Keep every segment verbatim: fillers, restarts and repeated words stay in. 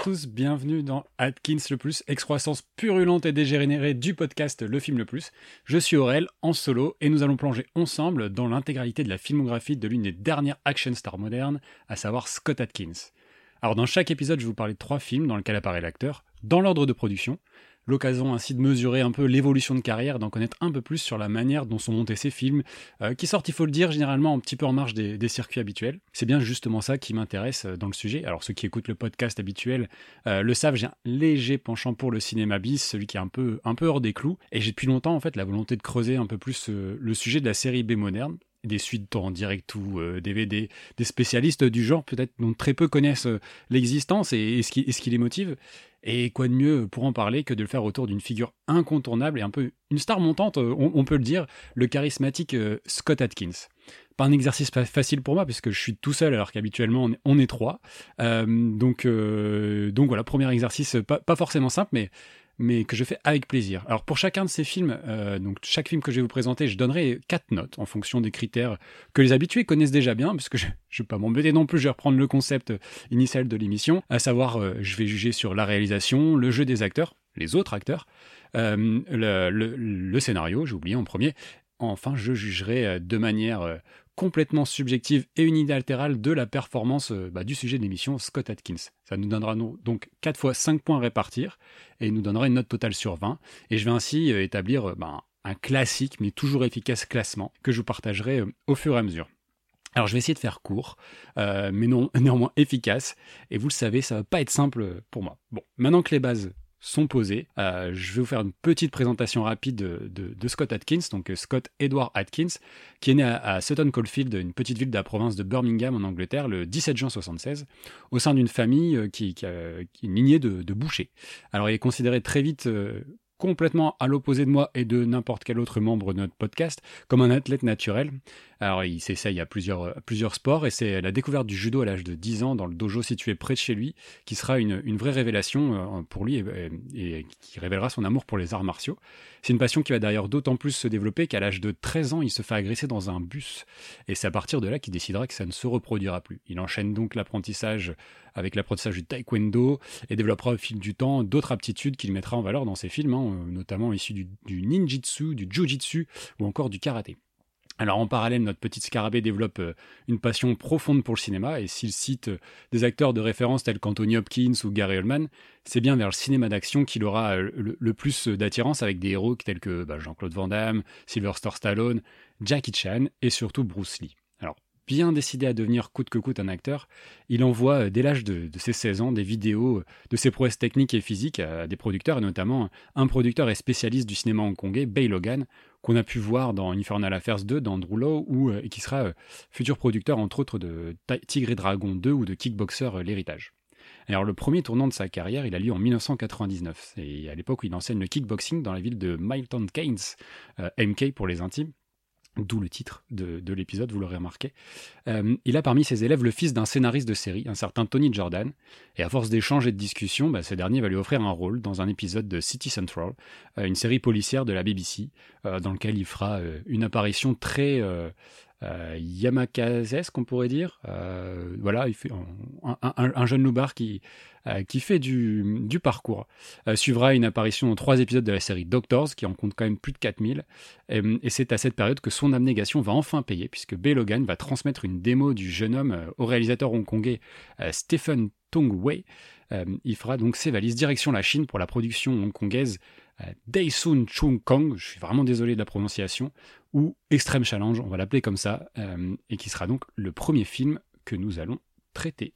tous, bienvenue dans Atkins le Plus, excroissance purulente et dégénérée du podcast Le Film le Plus. Je suis Aurel, en solo, et nous allons plonger ensemble dans l'intégralité de la filmographie de l'une des dernières action stars modernes, à savoir Scott Adkins. Alors dans chaque épisode, je vais vous parler de trois films dans lesquels apparaît l'acteur, dans l'ordre de production, l'occasion ainsi de mesurer un peu l'évolution de carrière, d'en connaître un peu plus sur la manière dont sont montés ces films, euh, qui sortent, il faut le dire, généralement un petit peu en marge des, des circuits habituels. C'est bien justement ça qui m'intéresse dans le sujet. Alors ceux qui écoutent le podcast habituel euh, le savent, j'ai un léger penchant pour le cinéma bis, celui qui est un peu, un peu hors des clous, et j'ai depuis longtemps en fait la volonté de creuser un peu plus euh, le sujet de la série B moderne, des suites en direct ou euh, D V D, des spécialistes du genre peut-être dont très peu connaissent euh, l'existence et, et, ce qui, et ce qui les motive. Et quoi de mieux pour en parler que de le faire autour d'une figure incontournable et un peu une star montante, on, on peut le dire, le charismatique euh, Scott Adkins. Pas un exercice facile pour moi, puisque je suis tout seul, alors qu'habituellement on est, on est trois. Euh, donc, euh, donc voilà, premier exercice, pas, pas forcément simple, mais, mais que je fais avec plaisir. Alors pour chacun de ces films, euh, donc chaque film que je vais vous présenter, je donnerai quatre notes en fonction des critères que les habitués connaissent déjà bien, parce que je ne vais pas m'embêter non plus, je vais reprendre le concept initial de l'émission, à savoir euh, je vais juger sur la réalisation, le jeu des acteurs, les autres acteurs, euh, le, le, le scénario, j'ai oublié en premier. Enfin, je jugerai de manière euh, complètement subjective et unilatérale de la performance euh, bah, du sujet de l'émission, Scott Adkins. Ça nous donnera nous, donc quatre fois cinq points à répartir et nous donnera une note totale sur vingt. Et je vais ainsi euh, établir euh, bah, un classique mais toujours efficace classement que je vous partagerai euh, au fur et à mesure. Alors je vais essayer de faire court, euh, mais non, néanmoins efficace. Et vous le savez, ça va pas être simple pour moi. Bon, maintenant que les bases sont posées, euh, je vais vous faire une petite présentation rapide de, de, de Scott Adkins, donc Scott Edward Adkins, qui est né à, à Sutton Coldfield, une petite ville de la province de Birmingham en Angleterre, le dix-sept juin soixante-seize, au sein d'une famille qui, qui, a, qui est une lignée de, de bouchers. Alors il est considéré très vite euh, complètement à l'opposé de moi et de n'importe quel autre membre de notre podcast, comme un athlète naturel. Alors il s'essaye à plusieurs, à plusieurs sports et c'est la découverte du judo à l'âge de dix ans dans le dojo situé près de chez lui qui sera une, une vraie révélation pour lui et, et qui révélera son amour pour les arts martiaux. C'est une passion qui va d'ailleurs d'autant plus se développer qu'à l'âge de treize ans, il se fait agresser dans un bus et c'est à partir de là qu'il décidera que ça ne se reproduira plus. Il enchaîne donc l'apprentissage avec l'apprentissage du taekwondo et développera au fil du temps d'autres aptitudes qu'il mettra en valeur dans ses films, hein, notamment issus du, du ninjitsu, du jujitsu ou encore du karaté. Alors en parallèle, notre petit scarabée développe euh, une passion profonde pour le cinéma et s'il cite euh, des acteurs de référence tels qu'Anthony Hopkins ou Gary Oldman, c'est bien vers le cinéma d'action qu'il aura euh, le, le plus d'attirance avec des héros tels que bah, Jean-Claude Van Damme, Sylvester Stallone, Jackie Chan et surtout Bruce Lee. Alors bien décidé à devenir coûte que coûte un acteur, il envoie euh, dès l'âge de, de ses seize ans des vidéos euh, de ses prouesses techniques et physiques à des producteurs et notamment un producteur et spécialiste du cinéma hongkongais, Bey Logan, qu'on a pu voir dans Infernal Affairs deux d'Andrew Lau, ou, euh, et qui sera euh, futur producteur entre autres de Tigre et Dragon deux ou de Kickboxer euh, l'héritage. Alors le premier tournant de sa carrière, il a lieu en dix-neuf cent quatre-vingt-dix-neuf, et à l'époque où il enseigne le kickboxing dans la ville de Milton Keynes, euh, M K pour les intimes, d'où le titre de, de l'épisode, vous l'aurez remarqué. Euh, il a parmi ses élèves le fils d'un scénariste de série, un certain Tony Jordan, et à force d'échanges et de discussions, bah, ce dernier va lui offrir un rôle dans un épisode de City Central, euh, une série policière de la B B C, euh, dans lequel il fera euh, une apparition très euh, euh, yamakazesque, on pourrait dire. Euh, voilà, il fait un, un, un, un jeune loupard qui, euh, qui fait du, du parcours. Euh, suivra une apparition en trois épisodes de la série Doctors, qui en compte quand même plus de quatre mille, et, et c'est à cette période que son abnégation va enfin payer, puisque Bey Logan va transmettre une démo du jeune homme euh, au réalisateur hongkongais euh, Stephen Tong Wei. Euh, il fera donc ses valises direction la Chine pour la production hongkongaise euh, Daesun Chung Kong, je suis vraiment désolé de la prononciation, ou Extreme Challenge, on va l'appeler comme ça, euh, et qui sera donc le premier film que nous allons traiter.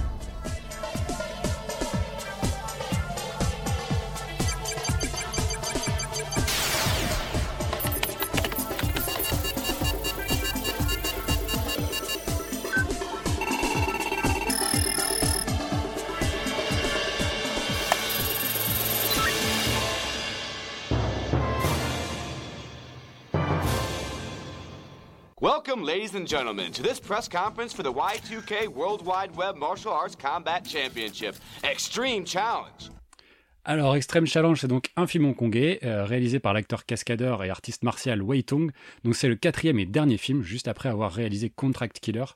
Welcome, ladies and gentlemen, to this press conference for the Y two K World Wide Web Martial Arts Combat Championship, Extreme Challenge. Alors, Extreme Challenge, c'est donc un film hongkongais euh, réalisé par l'acteur cascadeur et artiste martial Wei Tong. Donc, c'est le quatrième et dernier film, juste après avoir réalisé Contract Killer,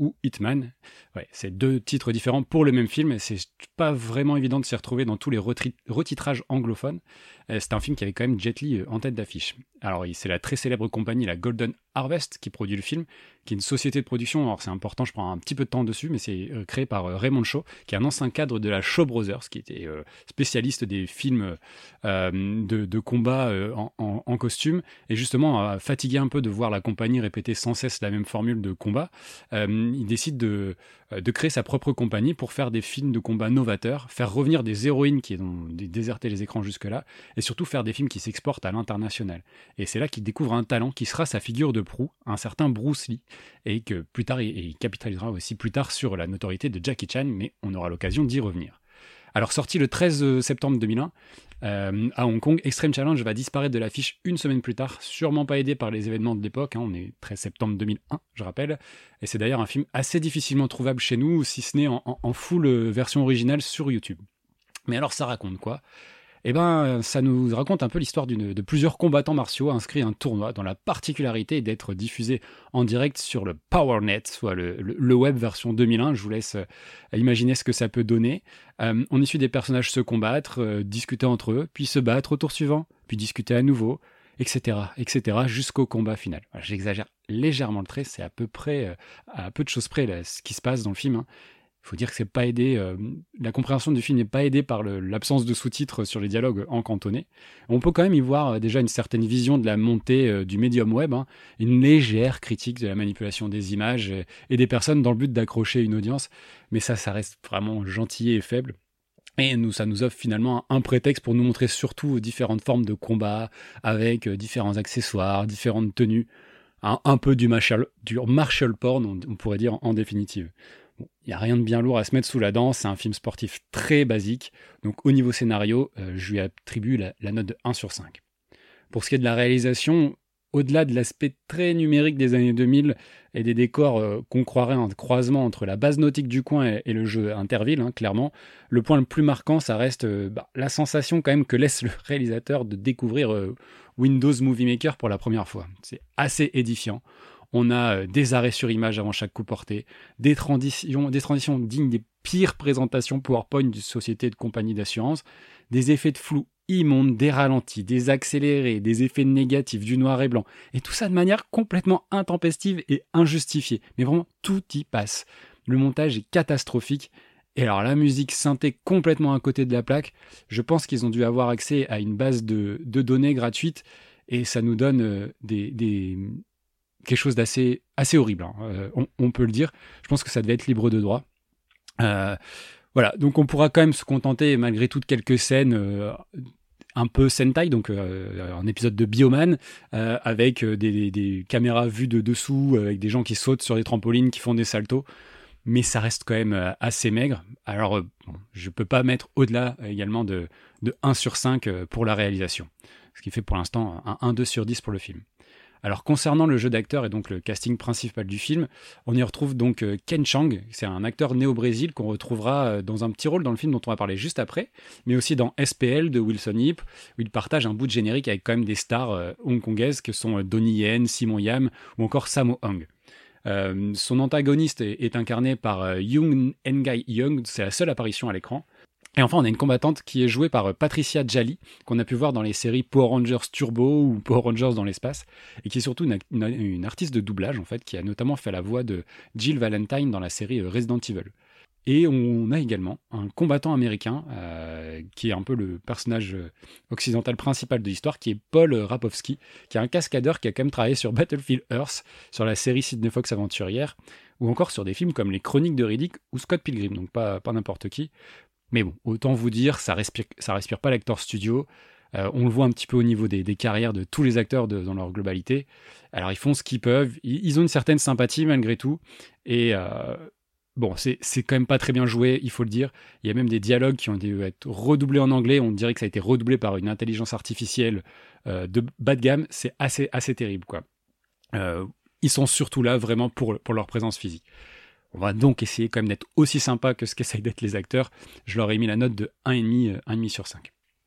ou Hitman. Ouais, c'est deux titres différents pour le même film, et c'est pas vraiment évident de s'y retrouver dans tous les retri- retitrages anglophones. Euh, c'est un film qui avait quand même Jet Li euh, en tête d'affiche. Alors, c'est la très célèbre compagnie, la Golden Harvest, qui produit le film, qui est une société de production. Alors, c'est important, je prends un petit peu de temps dessus, mais c'est euh, créé par euh, Raymond Shaw, qui est un ancien cadre de la Shaw Brothers, qui était euh, spécialiste des films euh, de, de combat euh, en, en, en costume, et justement, euh, fatigué un peu de voir la compagnie répéter sans cesse la même formule de combat, euh, il décide de, de créer sa propre compagnie pour faire des films de combat novateurs, faire revenir des héroïnes qui ont déserté les écrans jusque-là, et surtout faire des films qui s'exportent à l'international. Et c'est là qu'il découvre un talent qui sera sa figure de proue, un certain Bruce Lee, et que plus tard, il capitalisera aussi plus tard sur la notoriété de Jackie Chan, mais on aura l'occasion d'y revenir. Alors, sorti le treize septembre deux mille un, euh, à Hong Kong, Extreme Challenge va disparaître de l'affiche une semaine plus tard, sûrement pas aidé par les événements de l'époque, hein, on est treize septembre deux mille un, je rappelle, et c'est d'ailleurs un film assez difficilement trouvable chez nous, si ce n'est en, en, en full version originale sur YouTube. Mais alors, ça raconte quoi ? Eh ben, ça nous raconte un peu l'histoire d'une, de plusieurs combattants martiaux inscrits à un tournoi, dont la particularité est d'être diffusé en direct sur le PowerNet, soit le, le, le web version deux mille un. Je vous laisse euh, imaginer ce que ça peut donner. Euh, on y suit des personnages se combattre, euh, discuter entre eux, puis se battre au tour suivant, puis discuter à nouveau, et cetera, et cetera, jusqu'au combat final. Voilà, j'exagère légèrement le trait, c'est à peu près, euh, à peu de choses près là, ce qui se passe dans le film, hein. Il faut dire que c'est pas aidé, euh, la compréhension du film n'est pas aidée par le, l'absence de sous-titres sur les dialogues en cantonais. On peut quand même y voir euh, déjà une certaine vision de la montée euh, du médium web, hein, une légère critique de la manipulation des images et, et des personnes dans le but d'accrocher une audience, mais ça, ça reste vraiment gentil et faible. Et nous, ça nous offre finalement un prétexte pour nous montrer surtout différentes formes de combat, avec euh, différents accessoires, différentes tenues, un, un peu du martial, du martial porn, on, on pourrait dire en, en définitive. Il bon, n'y a rien de bien lourd à se mettre sous la dent, c'est un film sportif très basique, donc au niveau scénario, euh, je lui attribue la, la note de un sur cinq. Pour ce qui est de la réalisation, au-delà de l'aspect très numérique des années deux mille et des décors euh, qu'on croirait un croisement entre la base nautique du coin et, et le jeu Interville, hein, clairement, le point le plus marquant, ça reste euh, bah, la sensation quand même que laisse le réalisateur de découvrir euh, Windows Movie Maker pour la première fois. C'est assez édifiant. On a des arrêts sur image avant chaque coup porté, des transitions, des transitions dignes des pires présentations PowerPoint d'une société de compagnie d'assurance, des effets de flou immondes, des ralentis, des accélérés, des effets négatifs, du noir et blanc, et tout ça de manière complètement intempestive et injustifiée. Mais vraiment, tout y passe. Le montage est catastrophique. Et alors la musique synthé complètement à côté de la plaque, je pense qu'ils ont dû avoir accès à une base de, de données gratuite, et ça nous donne euh, des... des quelque chose d'assez assez horrible, hein. euh, on, on peut le dire. Je pense que ça devait être libre de droit. Euh, voilà, donc on pourra quand même se contenter, malgré tout, de quelques scènes euh, un peu Sentai, donc euh, un épisode de Bioman, euh, avec des, des, des caméras vues de dessous, avec des gens qui sautent sur des trampolines, qui font des saltos, mais ça reste quand même assez maigre. Alors, euh, bon, je peux pas mettre au-delà également de, de un sur cinq pour la réalisation, ce qui fait pour l'instant un un deux sur dix pour le film. Alors concernant le jeu d'acteur et donc le casting principal du film, on y retrouve donc Ken Chang, c'est un acteur né au Brésil qu'on retrouvera dans un petit rôle dans le film dont on va parler juste après, mais aussi dans S P L de Wilson Yip, où il partage un bout de générique avec quand même des stars euh, hongkongaises que sont Donnie Yen, Simon Yam ou encore Sammo Hung. Euh, son antagoniste est, est incarné par euh, Young Ngai Young, c'est la seule apparition à l'écran. Et enfin, on a une combattante qui est jouée par Patricia Jali, qu'on a pu voir dans les séries Power Rangers Turbo ou Power Rangers dans l'espace, et qui est surtout une, une, une artiste de doublage, en fait, qui a notamment fait la voix de Jill Valentine dans la série Resident Evil. Et on a également un combattant américain, euh, qui est un peu le personnage occidental principal de l'histoire, qui est Paul Rapowski, qui est un cascadeur qui a quand même travaillé sur Battlefield Earth, sur la série Sidney Fox Aventurière, ou encore sur des films comme Les Chroniques de Riddick ou Scott Pilgrim, donc pas, pas n'importe qui. Mais bon, autant vous dire, ça respire, ça respire pas l'acteur studio. Euh, on le voit un petit peu au niveau des, des carrières de tous les acteurs de, dans leur globalité. Alors ils font ce qu'ils peuvent, ils, ils ont une certaine sympathie malgré tout. Et euh, bon, c'est, c'est quand même pas très bien joué, il faut le dire. Il y a même des dialogues qui ont dû être redoublés en anglais. On dirait que ça a été redoublé par une intelligence artificielle euh, de bas de gamme. C'est assez, assez terrible, quoi. Euh, ils sont surtout là vraiment pour, pour leur présence physique. On va donc essayer quand même d'être aussi sympa que ce qu'essayent d'être les acteurs. Je leur ai mis la note de un virgule cinq sur cinq.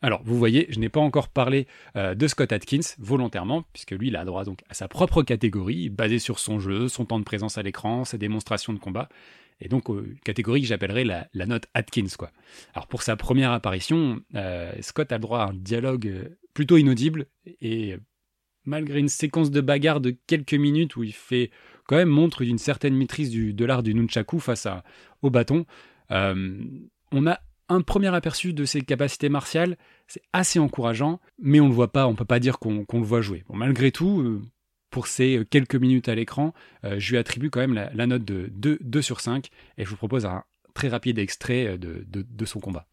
Alors, vous voyez, je n'ai pas encore parlé euh, de Scott Adkins volontairement, puisque lui, il a droit donc à sa propre catégorie, basée sur son jeu, son temps de présence à l'écran, ses démonstrations de combat, et donc euh, catégorie que j'appellerais la, la note Adkins, quoi. Alors, pour sa première apparition, euh, Scott a le droit à un dialogue euh, plutôt inaudible, et euh, malgré une séquence de bagarre de quelques minutes où il fait quand même montre d'une certaine maîtrise du, de l'art du nunchaku face à, au bâton, euh, on a un premier aperçu de ses capacités martiales, c'est assez encourageant, mais on le voit pas, on peut pas dire qu'on, qu'on le voit jouer. Bon, malgré tout, euh, pour ces quelques minutes à l'écran, euh, je lui attribue quand même la, la note de deux, deux sur cinq, et je vous propose un très rapide extrait de, de, de son combat.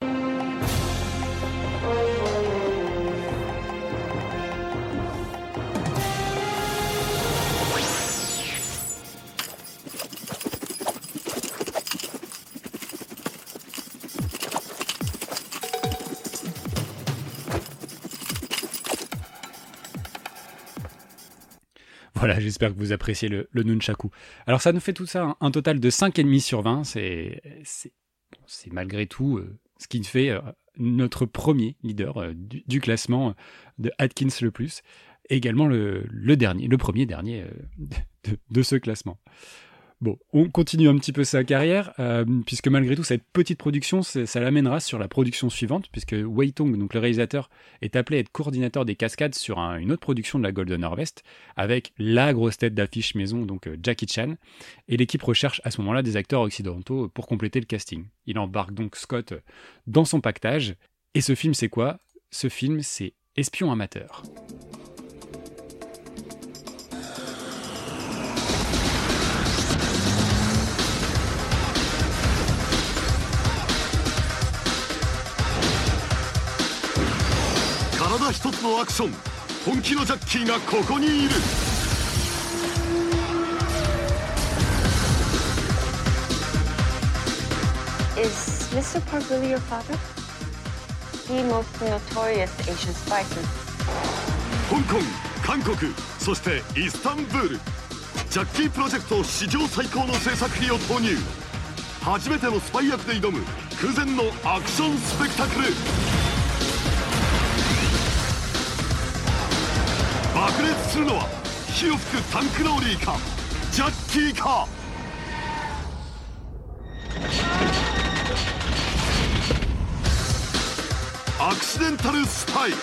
Voilà, j'espère que vous appréciez le, le nunchaku. Alors ça nous fait tout ça un, un total de cinq virgule cinq sur vingt, c'est, c'est, c'est malgré tout euh, ce qui fait euh, notre premier leader euh, du, du classement de Adkins le plus, et également le, le dernier, le premier dernier euh, de, de ce classement. Bon, on continue un petit peu sa carrière, euh, puisque malgré tout, cette petite production, ça l'amènera sur la production suivante, puisque Wei Tong, donc le réalisateur, est appelé à être coordinateur des cascades sur un, une autre production de la Golden Harvest, avec la grosse tête d'affiche maison, donc euh, Jackie Chan, et l'équipe recherche à ce moment-là des acteurs occidentaux pour compléter le casting. Il embarque donc Scott dans son pactage, et ce film, c'est quoi ? Ce film, c'est Espion amateur. 体一つのアクション、本気のジャッキーがここにいる。 Is Mister Park really your father? The most notorious Asian spy since. 香港、韓国、そしてイスタンブール。ジャッキープロジェクト史上最高の制作費を投入。初めてのスパイ役で挑む空前のアクションスペクタクル。爆裂するのは火を吹くタンクローリーかジャッキーか。Accidental Spy.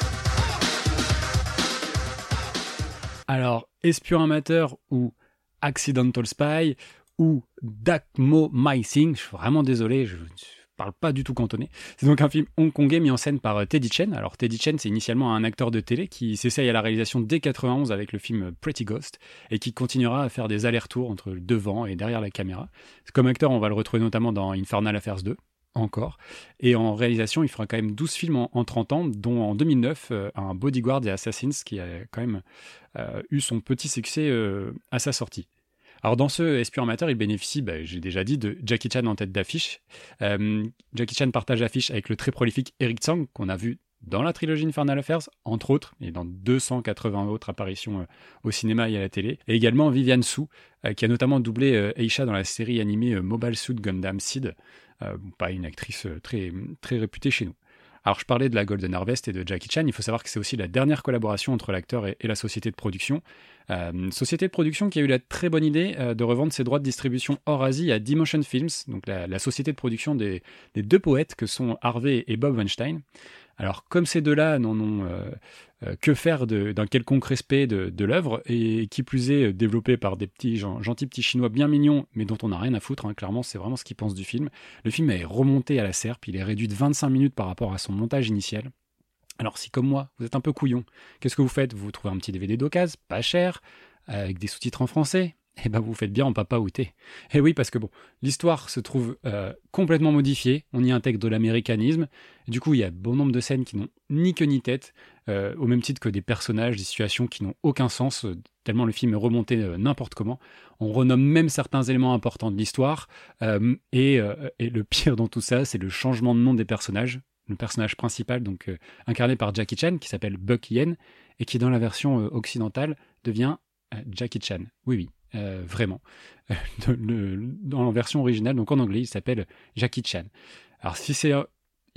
Alors, espion amateur ou Accidental Spy ou Dakmo-Maising, je suis vraiment désolé, je ne parle pas du tout cantonais. C'est donc un film hongkongais mis en scène par Teddy Chen. Alors Teddy Chen, c'est initialement un acteur de télé qui s'essaye à la réalisation dès quatre-vingt-onze avec le film Pretty Ghost et qui continuera à faire des allers-retours entre devant et derrière la caméra. Comme acteur, on va le retrouver notamment dans Infernal Affairs deux. Encore. Et en réalisation, il fera quand même douze films en, en trente ans, dont en deux mille neuf, euh, un Bodyguard et Assassins qui a quand même euh, eu son petit succès euh, à sa sortie. Alors dans ce espion amateur, il bénéficie, bah, j'ai déjà dit, de Jackie Chan en tête d'affiche. Euh, Jackie Chan partage l'affiche avec le très prolifique Eric Tsang, qu'on a vu dans la trilogie Infernal Affairs, entre autres, et dans deux cent quatre-vingts autres apparitions euh, au cinéma et à la télé. Et également Viviane Su, euh, qui a notamment doublé euh, Aisha dans la série animée euh, Mobile Suit Gundam Seed. Euh, pas une actrice très, très réputée chez nous. Alors je parlais de la Golden Harvest et de Jackie Chan, il faut savoir que c'est aussi la dernière collaboration entre l'acteur et, et la société de production. Euh, une société de production qui a eu la très bonne idée euh, de revendre ses droits de distribution hors Asie à D-Motion Films, donc la, la société de production des, des deux poètes que sont Harvey et Bob Weinstein. Alors comme ces deux-là n'en ont euh, euh, que faire de, d'un quelconque respect de, de l'œuvre, et qui plus est développé par des petits gentils petits chinois bien mignons, mais dont on n'a rien à foutre, hein, clairement c'est vraiment ce qu'ils pensent du film. Le film est remonté à la serpe, il est réduit de vingt-cinq minutes par rapport à son montage initial. Alors si comme moi, vous êtes un peu couillon, qu'est-ce que vous faites ? Vous trouvez un petit D V D d'occasion, pas cher, avec des sous-titres en français ? Eh ben vous faites bien en papa outé. Et oui, parce que bon, l'histoire se trouve euh, complètement modifiée, on y intègre de l'américanisme, du coup il y a bon nombre de scènes qui n'ont ni queue ni tête, euh, au même titre que des personnages, des situations qui n'ont aucun sens, euh, tellement le film est remonté euh, n'importe comment. On renomme même certains éléments importants de l'histoire, euh, et, euh, et le pire dans tout ça, c'est le changement de nom des personnages. Le personnage principal, donc euh, incarné par Jackie Chan, qui s'appelle Buck Yen, et qui dans la version euh, occidentale devient euh, Jackie Chan. Oui, oui. Euh, vraiment. Euh, le, le, dans la version originale, donc en anglais, il s'appelle Jackie Chan. Alors si c'est, euh,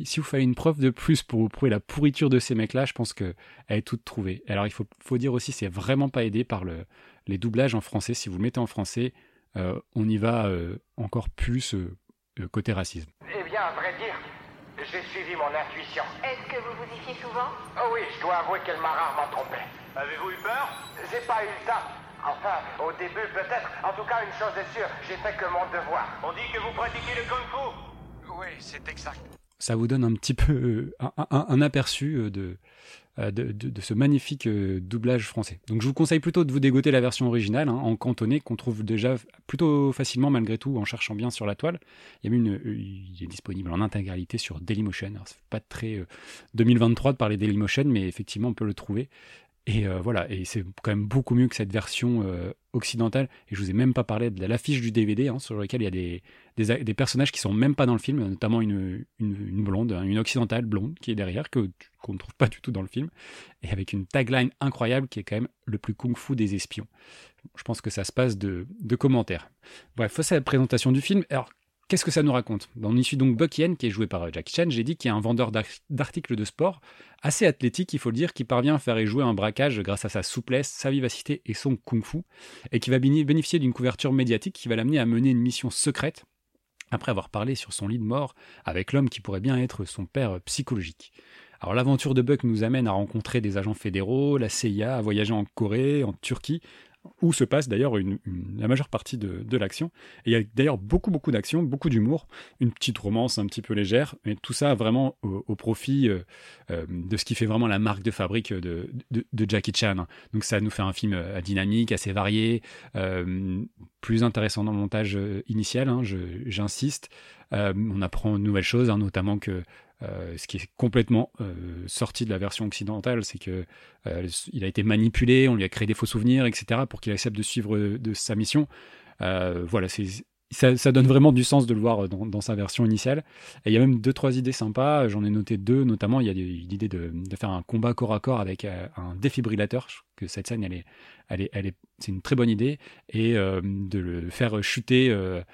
si vous fallait une preuve de plus pour vous prouver la pourriture de ces mecs-là, je pense qu'elle est toute trouvée. Alors il faut, faut dire aussi, c'est vraiment pas aidé par le, les doublages en français. Si vous le mettez en français, euh, on y va euh, encore plus euh, euh, côté racisme. Eh bien, à vrai dire, j'ai suivi mon intuition. Est-ce que vous vous y fiez souvent? Oh oui, je dois avouer qu'elle m'a rarement trompé. Avez-vous eu peur? J'ai pas eu le temps. Enfin, au début peut-être. En tout cas, une chose est sûre, j'ai fait que mon devoir. On dit que vous pratiquez le kung-fu. Oui, c'est exact. Ça vous donne un petit peu euh, un, un, un aperçu de, de, de, de ce magnifique euh, doublage français. Donc je vous conseille plutôt de vous dégoter la version originale, hein, en cantonais, qu'on trouve déjà plutôt facilement malgré tout en cherchant bien sur la toile. Il y a une, euh, il est disponible en intégralité sur Dailymotion. Alors c'est pas très euh, deux mille vingt-trois de parler Dailymotion, mais effectivement on peut le trouver. Et euh, voilà, et c'est quand même beaucoup mieux que cette version euh, occidentale. Et je vous ai même pas parlé de l'affiche du D V D, hein, sur laquelle il y a des, des, des personnages qui sont même pas dans le film, notamment une, une, une blonde, une occidentale blonde qui est derrière, que, qu'on ne trouve pas du tout dans le film, et avec une tagline incroyable qui est quand même le plus kung-fu des espions. Je pense que ça se passe de, de commentaires. Bref, c'est la présentation du film. Alors, qu'est-ce que ça nous raconte? On y suit donc Buck Yen, qui est joué par Jackie Chan. J'ai dit qu'il y a un vendeur d'articles de sport, assez athlétique, il faut le dire, qui parvient à faire échouer un braquage grâce à sa souplesse, sa vivacité et son kung-fu, et qui va bénéficier d'une couverture médiatique qui va l'amener à mener une mission secrète, après avoir parlé sur son lit de mort avec l'homme qui pourrait bien être son père psychologique. Alors l'aventure de Buck nous amène à rencontrer des agents fédéraux, la C I A, à voyager en Corée, en Turquie, où se passe d'ailleurs une, une, la majeure partie de, de l'action. Et il y a d'ailleurs beaucoup, beaucoup d'action, beaucoup d'humour, une petite romance un petit peu légère, mais tout ça vraiment au, au profit euh, euh, de ce qui fait vraiment la marque de fabrique de, de, de Jackie Chan. Donc ça nous fait un film euh, dynamique, assez varié, euh, plus intéressant dans le montage euh, initial, hein, je, j'insiste. Euh, on apprend de nouvelles choses, hein, notamment que Euh, ce qui est complètement euh, sorti de la version occidentale, c'est que euh, il a été manipulé, on lui a créé des faux souvenirs, et cetera, pour qu'il accepte de suivre de, de sa mission. Euh, voilà, c'est, ça, ça donne vraiment du sens de le voir dans, dans sa version initiale. Et il y a même deux, trois idées sympas. J'en ai noté deux, notamment il y a l'idée de, de faire un combat corps à corps avec euh, un défibrillateur. Je trouve que cette scène, elle est, elle est, elle est, c'est une très bonne idée, et euh, de le faire chuter. Euh,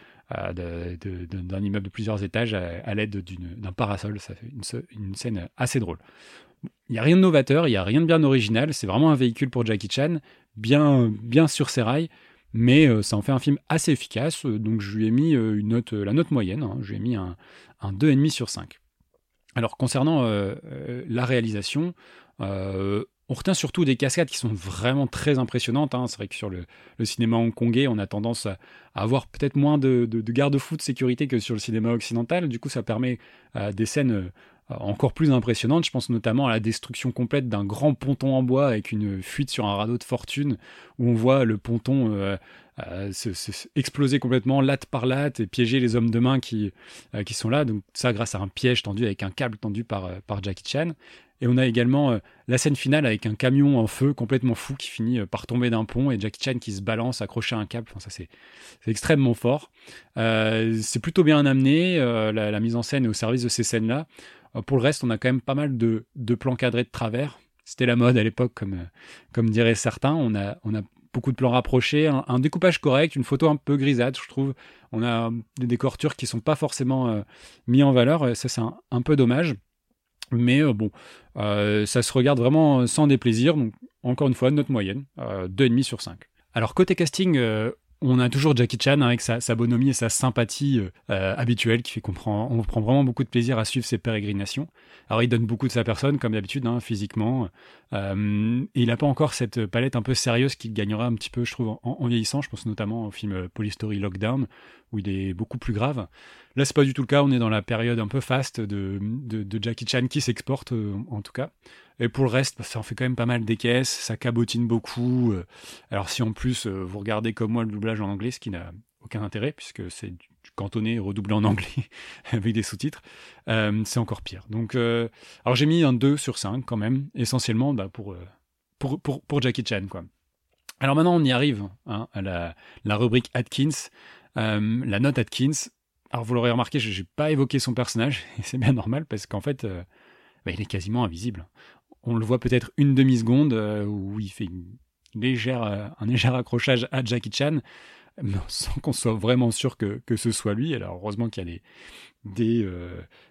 De, de, de, d'un immeuble de plusieurs étages à, à l'aide d'une, d'un parasol. Ça fait une, une scène assez drôle. Il n'y a rien de novateur, il n'y a rien de bien original, c'est vraiment un véhicule pour Jackie Chan, bien, bien sur ses rails, mais euh, ça en fait un film assez efficace, donc je lui ai mis euh, une note, la note moyenne, hein, je lui ai mis un, un deux virgule cinq sur cinq. Alors concernant euh, euh, la réalisation, euh, on retient surtout des cascades qui sont vraiment très impressionnantes. Hein. C'est vrai que sur le, le cinéma hongkongais, on a tendance à, à avoir peut-être moins de, de, de garde-fous de sécurité que sur le cinéma occidental. Du coup, ça permet euh, des scènes euh, encore plus impressionnantes. Je pense notamment à la destruction complète d'un grand ponton en bois avec une fuite sur un radeau de fortune, où on voit le ponton euh, euh, se, se, exploser complètement, latte par latte, et piéger les hommes de main qui, euh, qui sont là. Donc ça, grâce à un piège tendu avec un câble tendu par, euh, par Jackie Chan. Et on a également euh, la scène finale avec un camion en feu complètement fou qui finit euh, par tomber d'un pont, et Jackie Chan qui se balance accroché à un câble. Enfin, ça, c'est, c'est extrêmement fort. Euh, c'est plutôt bien amené, euh, la, la mise en scène est au service de ces scènes-là. Euh, pour le reste, on a quand même pas mal de, de plans cadrés de travers. C'était la mode à l'époque, comme, euh, comme diraient certains. On a, on a beaucoup de plans rapprochés, un, un découpage correct, une photo un peu grisâtre, je trouve. On a des décors turcs qui sont pas forcément euh, mis en valeur. Ça, c'est un, un peu dommage. Mais euh, bon, euh, ça se regarde vraiment sans déplaisir. Donc, encore une fois, note moyenne, euh, deux virgule cinq sur cinq. Alors, côté casting, euh, on a toujours Jackie Chan avec sa, sa bonhomie et sa sympathie euh, habituelle, qui fait qu'on prend, on prend vraiment beaucoup de plaisir à suivre ses pérégrinations. Alors, il donne beaucoup de sa personne, comme d'habitude, hein, physiquement. Euh, et il n'a pas encore cette palette un peu sérieuse qu'il gagnera un petit peu, je trouve, en, en vieillissant. Je pense notamment au film Police Story Lockdown, où il est beaucoup plus grave. Là, c'est pas du tout le cas. On est dans la période un peu faste de, de, de Jackie Chan qui s'exporte, euh, en tout cas. Et pour le reste, ça en fait quand même pas mal des caisses. Ça cabotine beaucoup. Alors, si en plus, euh, vous regardez comme moi le doublage en anglais, ce qui n'a aucun intérêt, puisque c'est du cantonné redoublé en anglais avec des sous-titres, euh, c'est encore pire. Donc, euh, alors j'ai mis un deux sur cinq quand même, essentiellement bah, pour, euh, pour, pour, pour Jackie Chan, quoi. Alors maintenant, on y arrive, hein, à la, la rubrique Atkins, euh, la note Atkins. Alors vous l'aurez remarqué, je n'ai pas évoqué son personnage, et c'est bien normal, parce qu'en fait, euh, bah, il est quasiment invisible. On le voit peut-être une demi-seconde, euh, où il fait une légère, euh, un léger accrochage à Jackie Chan, sans qu'on soit vraiment sûr que, que ce soit lui. Alors heureusement qu'il y a des, des, euh,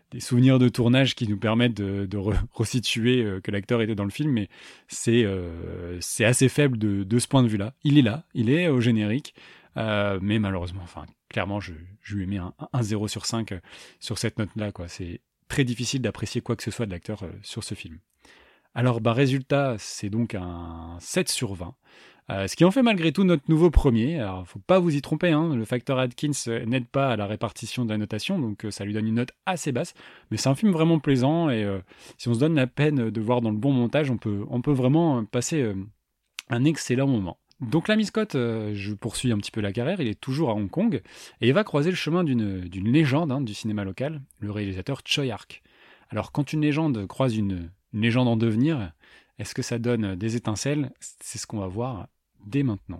des souvenirs de tournage qui nous permettent de, de re- resituer euh, que l'acteur était dans le film, mais c'est, euh, c'est assez faible de, de ce point de vue-là. Il est là, il est au générique, euh, mais malheureusement, enfin, clairement, je, je lui ai mis un, un zéro sur cinq euh, sur cette note-là, quoi. C'est très difficile d'apprécier quoi que ce soit de l'acteur euh, sur ce film. Alors, bah, résultat, c'est donc un sept sur vingt. Euh, ce qui en fait malgré tout notre nouveau premier. Alors, faut pas vous y tromper, hein, le facteur Atkins euh, n'aide pas à la répartition de la notation, donc euh, ça lui donne une note assez basse. Mais c'est un film vraiment plaisant, et euh, si on se donne la peine de voir dans le bon montage, on peut, on peut vraiment passer euh, un excellent moment. Donc l'ami Scott, euh, je poursuis un petit peu la carrière, il est toujours à Hong Kong, et il va croiser le chemin d'une, d'une légende hein, du cinéma local, le réalisateur Tsui Hark. Alors quand une légende croise une, une légende en devenir, est-ce que ça donne des étincelles ? C'est ce qu'on va voir dès maintenant.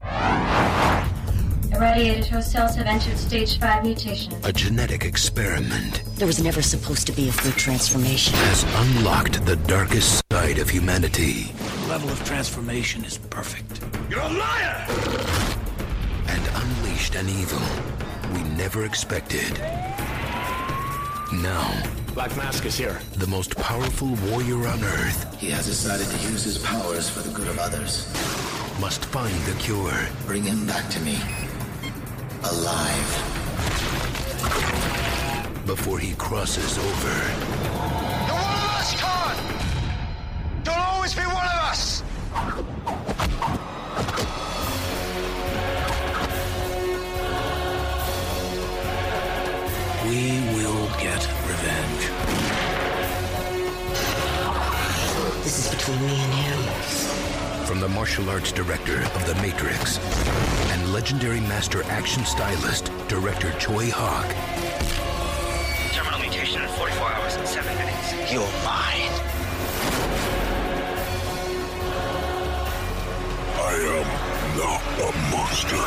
Irradiated host cells have entered stage five mutation. A genetic experiment There was never supposed to be a fruit transformation. has unlocked the darkest side of humanity The level of transformation is perfect. You're a liar! and unleashed an evil we never expected. Now, Black Mask is here. the most powerful warrior on Earth He has decided to use his powers for the good of others. must find the cure. Bring him back to me. Alive. Before he crosses over. You're one of us, Khan! You'll always be one of us! We will get revenge. This is between me and him. From the martial arts director of The Matrix and legendary master action stylist, director Choi Hawk. Terminal mutation in forty-four hours and seven minutes. You're mine. I am not a monster.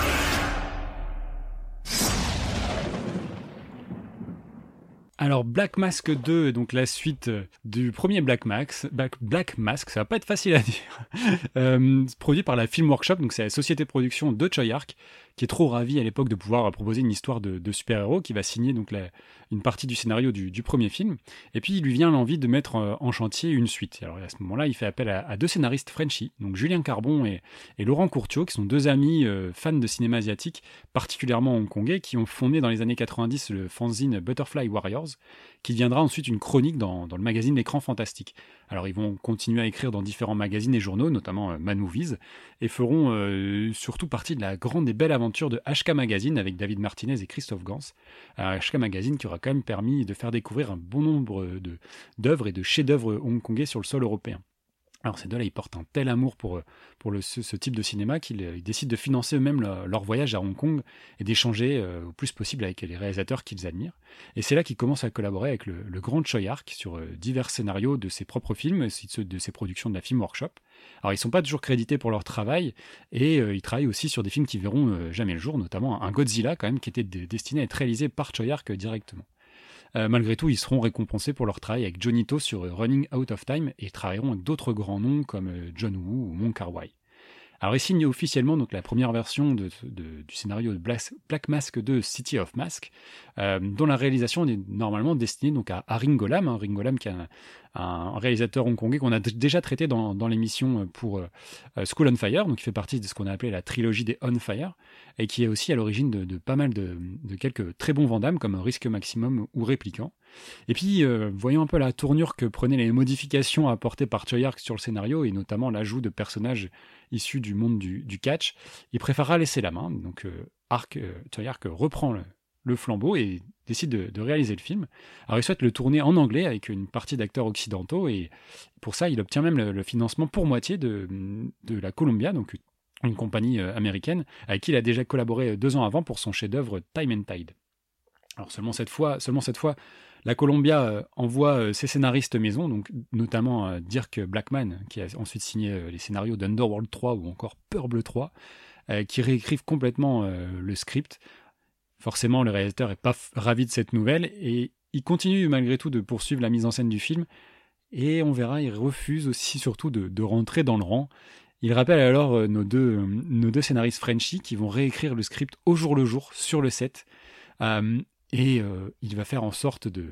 Alors Black Mask deux, donc la suite du premier Black Mask, Black, Black Mask, ça va pas être facile à dire, euh, produit par la Film Workshop, donc c'est la société de production de Tsui Hark, qui est trop ravi à l'époque de pouvoir proposer une histoire de, de super-héros, qui va signer donc la, une partie du scénario du, du premier film, et puis il lui vient l'envie de mettre en chantier une suite. Alors à ce moment-là, il fait appel à, à deux scénaristes Frenchies, donc Julien Carbon et, et Laurent Courtiot, qui sont deux amis euh, fans de cinéma asiatique, particulièrement hongkongais, qui ont fondé dans les années quatre-vingt-dix le fanzine Butterfly Warriors, qui deviendra ensuite une chronique dans, dans le magazine L'Écran Fantastique. Alors ils vont continuer à écrire dans différents magazines et journaux, notamment euh, Mad Movies, et feront euh, surtout partie de la grande et belle aventure de H K Magazine avec David Martinez et Christophe Gans. Un H K Magazine qui aura quand même permis de faire découvrir un bon nombre de, d'œuvres et de chefs-d'œuvre hongkongais sur le sol européen. Alors ces deux-là, ils portent un tel amour pour, pour le, ce, ce type de cinéma qu'ils ils décident de financer eux-mêmes leur, leur voyage à Hong Kong et d'échanger euh, au plus possible avec les réalisateurs qu'ils admirent. Et c'est là qu'ils commencent à collaborer avec le, le grand Tsui Hark sur euh, divers scénarios de ses propres films, ainsi de, de ses productions de la Film Workshop. Alors ils ne sont pas toujours crédités pour leur travail, et euh, ils travaillent aussi sur des films qui verront euh, jamais le jour, notamment un Godzilla quand même qui était de, destiné à être réalisé par Tsui Hark euh, directement. Euh, malgré tout, ils seront récompensés pour leur travail avec Johnny To sur Running Out of Time et ils travailleront avec d'autres grands noms comme John Woo ou Wong Kar-wai. Alors ils signent officiellement donc, la première version de, de, du scénario de Black, Black Mask deux, City of Mask, euh, dont la réalisation est normalement destinée donc, à, à Ringo Lam, hein, Ringo Lam qui est un, un réalisateur hongkongais qu'on a d- déjà traité dans, dans l'émission pour euh, School on Fire, donc qui fait partie de ce qu'on a appelé la trilogie des On Fire, et qui est aussi à l'origine de, de pas mal de, de quelques très bons Van Damme comme Risque Maximum ou Répliquant. Et puis, euh, voyons un peu la tournure que prenaient les modifications apportées par Tsui Hark sur le scénario, et notamment l'ajout de personnages issus du monde du, du catch, il préférera laisser la main. Donc, euh, Hark, euh, Tsui Hark reprend le, le flambeau et décide de, de réaliser le film. Alors, il souhaite le tourner en anglais avec une partie d'acteurs occidentaux, et pour ça, il obtient même le, le financement pour moitié de, de la Columbia, donc une compagnie euh, américaine, avec qui il a déjà collaboré deux ans avant pour son chef-d'œuvre Time and Tide. Alors, seulement cette fois, seulement cette fois la Columbia euh, envoie euh, ses scénaristes maison, donc notamment euh, Dirk Blackman, qui a ensuite signé euh, les scénarios d'Underworld trois ou encore Peur Bleu trois, euh, qui réécrivent complètement euh, le script. Forcément, le réalisateur n'est pas f- ravi de cette nouvelle et il continue malgré tout de poursuivre la mise en scène du film. Et on verra, il refuse aussi surtout de, de rentrer dans le rang. Il rappelle alors euh, nos, deux, euh, nos deux scénaristes Frenchies qui vont réécrire le script au jour le jour sur le set. Euh, Et euh, il va faire en sorte de,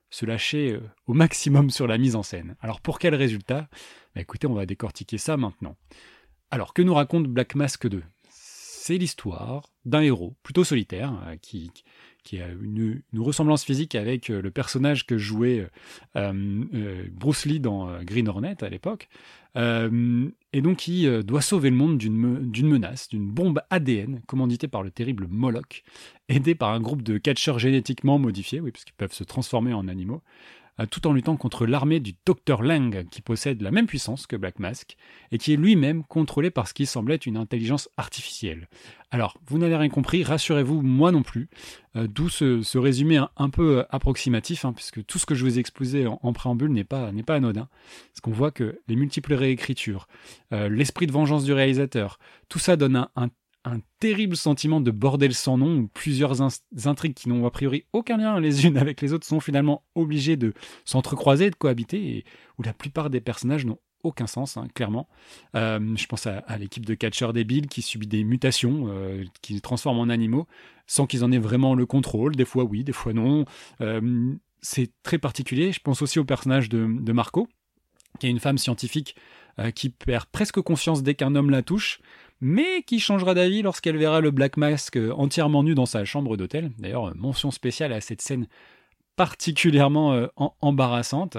se lâcher euh, au maximum sur la mise en scène. Alors pour quel résultat ? Bah, écoutez, on va décortiquer ça maintenant. Alors, que nous raconte Black Mask deux ? C'est l'histoire d'un héros plutôt solitaire euh, qui, qui a une, une ressemblance physique avec euh, le personnage que jouait euh, euh, Bruce Lee dans euh, Green Hornet à l'époque, euh, et donc qui euh, doit sauver le monde d'une, me, d'une menace, d'une bombe A D N commanditée par le terrible Moloch, aidé par un groupe de catcheurs génétiquement modifiés, oui, parce qu'ils peuvent se transformer en animaux, tout en luttant contre l'armée du docteur Lang, qui possède la même puissance que Black Mask, et qui est lui-même contrôlé par ce qui semblait une intelligence artificielle. Alors, vous n'avez rien compris, rassurez-vous, moi non plus, euh, d'où ce, ce résumé un, un peu approximatif, hein, puisque tout ce que je vous ai exposé en, en préambule n'est pas, n'est pas anodin, parce qu'on voit que les multiples réécritures, euh, l'esprit de vengeance du réalisateur, tout ça donne un, un un terrible sentiment de bordel sans nom où plusieurs in- intrigues qui n'ont a priori aucun lien les unes avec les autres sont finalement obligées de s'entrecroiser, de cohabiter, et où la plupart des personnages n'ont aucun sens, hein, clairement. Euh, je pense à, à l'équipe de catcheurs débiles qui subit des mutations, euh, qui se transforment en animaux, sans qu'ils en aient vraiment le contrôle, des fois oui, des fois non. Euh, c'est très particulier. Je pense aussi au personnage de, de Marco, qui est une femme scientifique euh, qui perd presque confiance dès qu'un homme la touche, mais qui changera d'avis lorsqu'elle verra le Black Mask entièrement nu dans sa chambre d'hôtel. D'ailleurs, mention spéciale à cette scène particulièrement euh, en- embarrassante.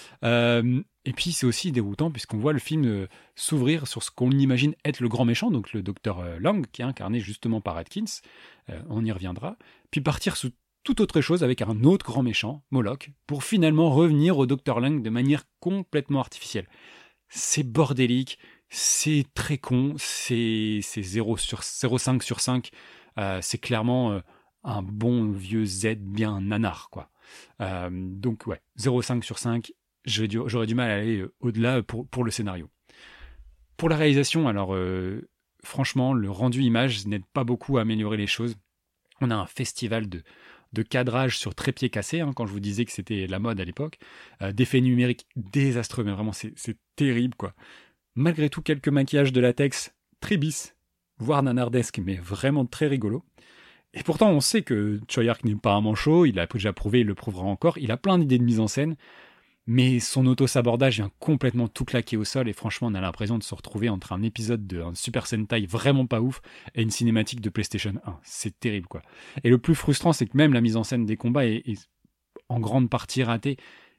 Euh, et puis, c'est aussi déroutant puisqu'on voit le film euh, s'ouvrir sur ce qu'on imagine être le grand méchant, donc le docteur euh, Lang, qui est incarné justement par Atkins. Euh, on y reviendra. Puis partir sous toute autre chose avec un autre grand méchant, Moloch, pour finalement revenir au docteur Lang de manière complètement artificielle. C'est bordélique, c'est très con, c'est, c'est zéro virgule cinq sur cinq, euh, c'est clairement euh, un bon vieux Z bien nanar, quoi. Euh, donc ouais, zéro virgule cinq sur cinq, j'aurais du, j'aurais du mal à aller euh, au-delà pour, pour le scénario. Pour la réalisation, alors euh, franchement, le rendu image n'aide pas beaucoup à améliorer les choses. On a un festival de, de cadrage sur trépied cassé, hein, quand je vous disais que c'était la mode à l'époque, euh, d'effets numériques désastreux, mais vraiment c'est, c'est terrible, quoi. Malgré tout, quelques maquillages de latex très bis, voire nanardesques, mais vraiment très rigolo. Et pourtant, on sait que Choi Ark n'est pas un manchot, il l'a déjà prouvé, il le prouvera encore, il a plein d'idées de mise en scène, mais son auto-sabordage vient complètement tout claquer au sol, et franchement, on a l'impression de se retrouver entre un épisode de un Super Sentai vraiment pas ouf et une cinématique de PlayStation un. C'est terrible, quoi. Et le plus frustrant, c'est que même la mise en scène des combats est, est en grande partie ratée.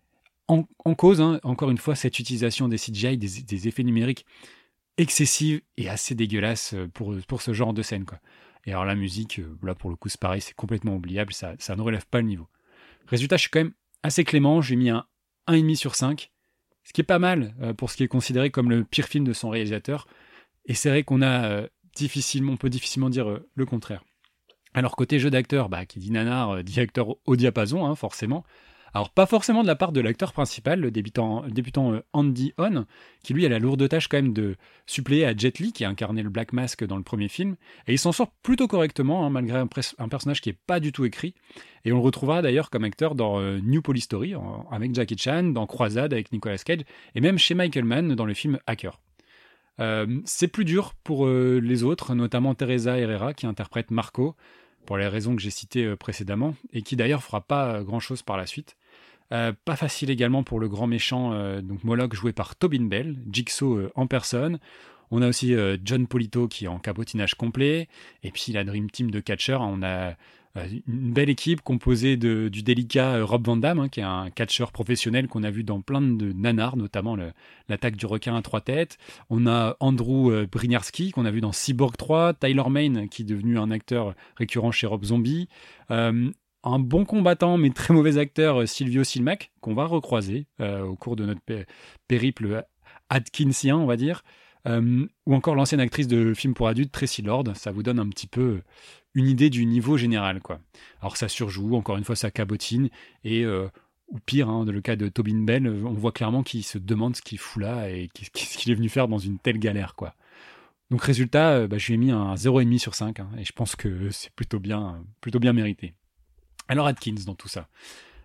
En, en cause, hein, encore une fois, cette utilisation des C G I, des, des effets numériques excessives et assez dégueulasses pour, pour ce genre de scène, quoi. Et alors la musique, là pour le coup c'est pareil, c'est complètement oubliable, ça, ça ne relève pas le niveau. Résultat, je suis quand même assez clément, j'ai mis un un virgule cinq sur cinq, ce qui est pas mal euh, pour ce qui est considéré comme le pire film de son réalisateur, et c'est vrai qu'on a euh, difficilement, on peut difficilement dire euh, le contraire. Alors côté jeu d'acteur, bah, qui dit nanar, euh, dit acteur au diapason, hein, forcément. Alors pas forcément de la part de l'acteur principal, le débutant, le débutant euh, Andy On, qui lui a la lourde tâche quand même de suppléer à Jet Li, qui a incarné le Black Mask dans le premier film, et il s'en sort plutôt correctement, hein, malgré un, pres- un personnage qui est pas du tout écrit, et on le retrouvera d'ailleurs comme acteur dans euh, New Police Story, en, avec Jackie Chan, dans Croisade avec Nicolas Cage, et même chez Michael Mann dans le film Hacker. Euh, c'est plus dur pour euh, les autres, notamment Teresa Herrera, qui interprète Marco, pour les raisons que j'ai citées euh, précédemment, et qui d'ailleurs fera pas euh, grand-chose par la suite. Euh, pas facile également pour le grand méchant, euh, donc Moloch, joué par Tobin Bell, Jigsaw euh, en personne. On a aussi euh, John Polito qui est en cabotinage complet, et puis la Dream Team de catcheurs. On a euh, une belle équipe composée de, du délicat euh, Rob Van Dam, hein, qui est un catcheur professionnel qu'on a vu dans plein de nanars, notamment le, l'attaque du requin à trois têtes. On a Andrew euh, Bryniarski qu'on a vu dans Cyborg trois, Tyler Mane qui est devenu un acteur récurrent chez Rob Zombie. Euh, Un bon combattant, mais très mauvais acteur, Silvio Silmac, qu'on va recroiser euh, au cours de notre pé- périple atkinsien, on va dire. Euh, ou encore l'ancienne actrice de films pour adultes, Tracy Lord. Ça vous donne un petit peu une idée du niveau général, quoi. Alors ça surjoue, encore une fois, ça cabotine. Et, euh, ou pire, hein, dans le cas de Tobin Bell, on voit clairement qu'il se demande ce qu'il fout là et qu'est-ce qu'il est venu faire dans une telle galère, quoi. Donc résultat, bah, je lui ai mis un zéro virgule cinq sur cinq, hein, et je pense que c'est plutôt bien, plutôt bien mérité. Alors Atkins dans tout ça.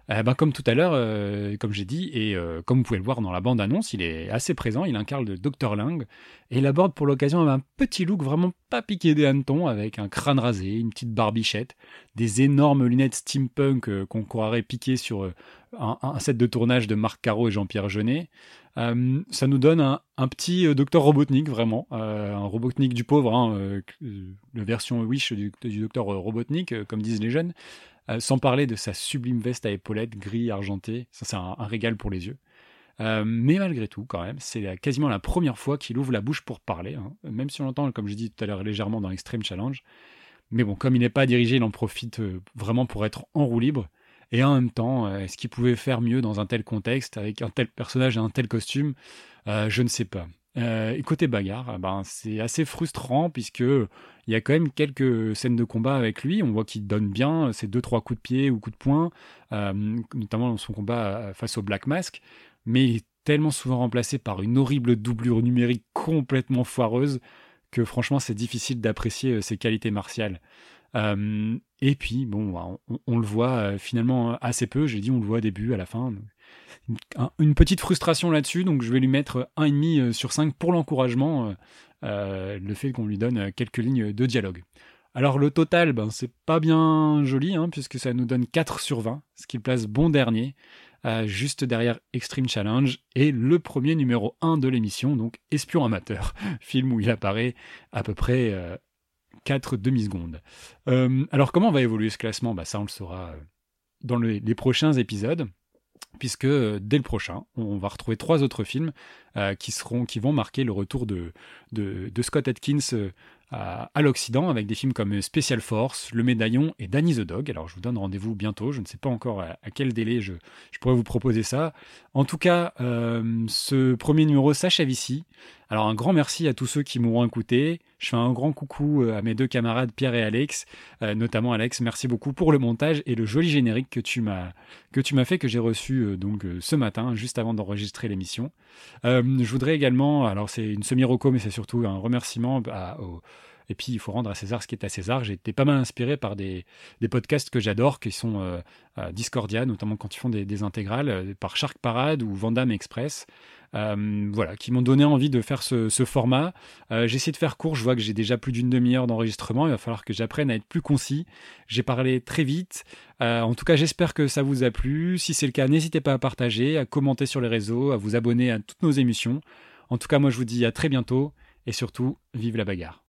Euh, ben, comme tout à l'heure, euh, comme j'ai dit, et euh, comme vous pouvez le voir dans la bande-annonce, il est assez présent, il incarne le docteur Lang, et il aborde pour l'occasion un petit look vraiment pas piqué des hannetons, avec un crâne rasé, une petite barbichette, des énormes lunettes steampunk euh, qu'on croirait piquées sur euh, un, un set de tournage de Marc Caro et Jean-Pierre Jeunet. Euh, ça nous donne un, un petit euh, docteur Robotnik, vraiment, euh, un Robotnik du pauvre, hein, euh, la version Wish du, du docteur Robotnik, euh, comme disent les jeunes. Euh, sans parler de sa sublime veste à épaulettes gris argenté, ça c'est un, un régal pour les yeux. Euh, mais malgré tout, quand même, c'est la, quasiment la première fois qu'il ouvre la bouche pour parler, hein, même si on l'entend, comme je dis tout à l'heure, légèrement dans Extreme Challenge. Mais bon, comme il n'est pas dirigé, il en profite euh, vraiment pour être en roue libre. Et en même temps, euh, est-ce qu'il pouvait faire mieux dans un tel contexte, avec un tel personnage et un tel costume ? euh, Je ne sais pas. Euh, et côté bagarre, ben, c'est assez frustrant puisque il y a quand même quelques scènes de combat avec lui. On voit qu'il donne bien ses deux trois coups de pied ou coups de poing, euh, notamment dans son combat face au Black Mask. Mais il est tellement souvent remplacé par une horrible doublure numérique complètement foireuse que franchement c'est difficile d'apprécier ses qualités martiales. Euh, et puis bon, on, on le voit euh, finalement assez peu. J'ai dit on le voit au début, à la fin. Un, une petite frustration là-dessus, donc je vais lui mettre un virgule cinq sur cinq pour l'encouragement, euh, le fait qu'on lui donne quelques lignes de dialogue. Alors le total, ben, c'est pas bien joli, hein, puisque ça nous donne quatre sur vingt, ce qui le place bon dernier, euh, juste derrière Extreme Challenge, et le premier numéro un de l'émission, donc Espion amateur, film où il apparaît à peu près euh, quatre demi-secondes. Euh, alors comment va évoluer ce classement ? Ben, ça on le saura dans le, les prochains épisodes, puisque euh, dès le prochain, on va retrouver trois autres films euh, qui, seront, qui vont marquer le retour de, de, de Scott Adkins euh, à, à l'Occident, avec des films comme Special Force, Le Médaillon et Danny the Dog. Alors je vous donne rendez-vous bientôt, je ne sais pas encore à, à quel délai je, je pourrais vous proposer ça. En tout cas, euh, ce premier numéro s'achève ici. Alors un grand merci à tous ceux qui m'auront écouté. Je fais un grand coucou à mes deux camarades Pierre et Alex, euh, notamment Alex, merci beaucoup pour le montage et le joli générique que tu m'as, que tu m'as fait, que j'ai reçu euh, donc euh, ce matin, juste avant d'enregistrer l'émission. Euh, je voudrais également, alors c'est une semi-reco, mais c'est surtout un remerciement à, au, et puis il faut rendre à César ce qui est à César. J'ai été pas mal inspiré par des, des podcasts que j'adore, qui sont euh, euh, Discordia, notamment quand ils font des, des intégrales, euh, par Shark Parade ou Vandame Express. Euh, voilà, qui m'ont donné envie de faire ce, ce format. Euh, j'ai essayé de faire court, je vois que j'ai déjà plus d'une demi-heure d'enregistrement, il va falloir que j'apprenne à être plus concis. J'ai parlé très vite, euh, en tout cas j'espère que ça vous a plu. Si c'est le cas, n'hésitez pas à partager, à commenter sur les réseaux, à vous abonner à toutes nos émissions. En tout cas moi je vous dis à très bientôt, et surtout, vive la bagarre.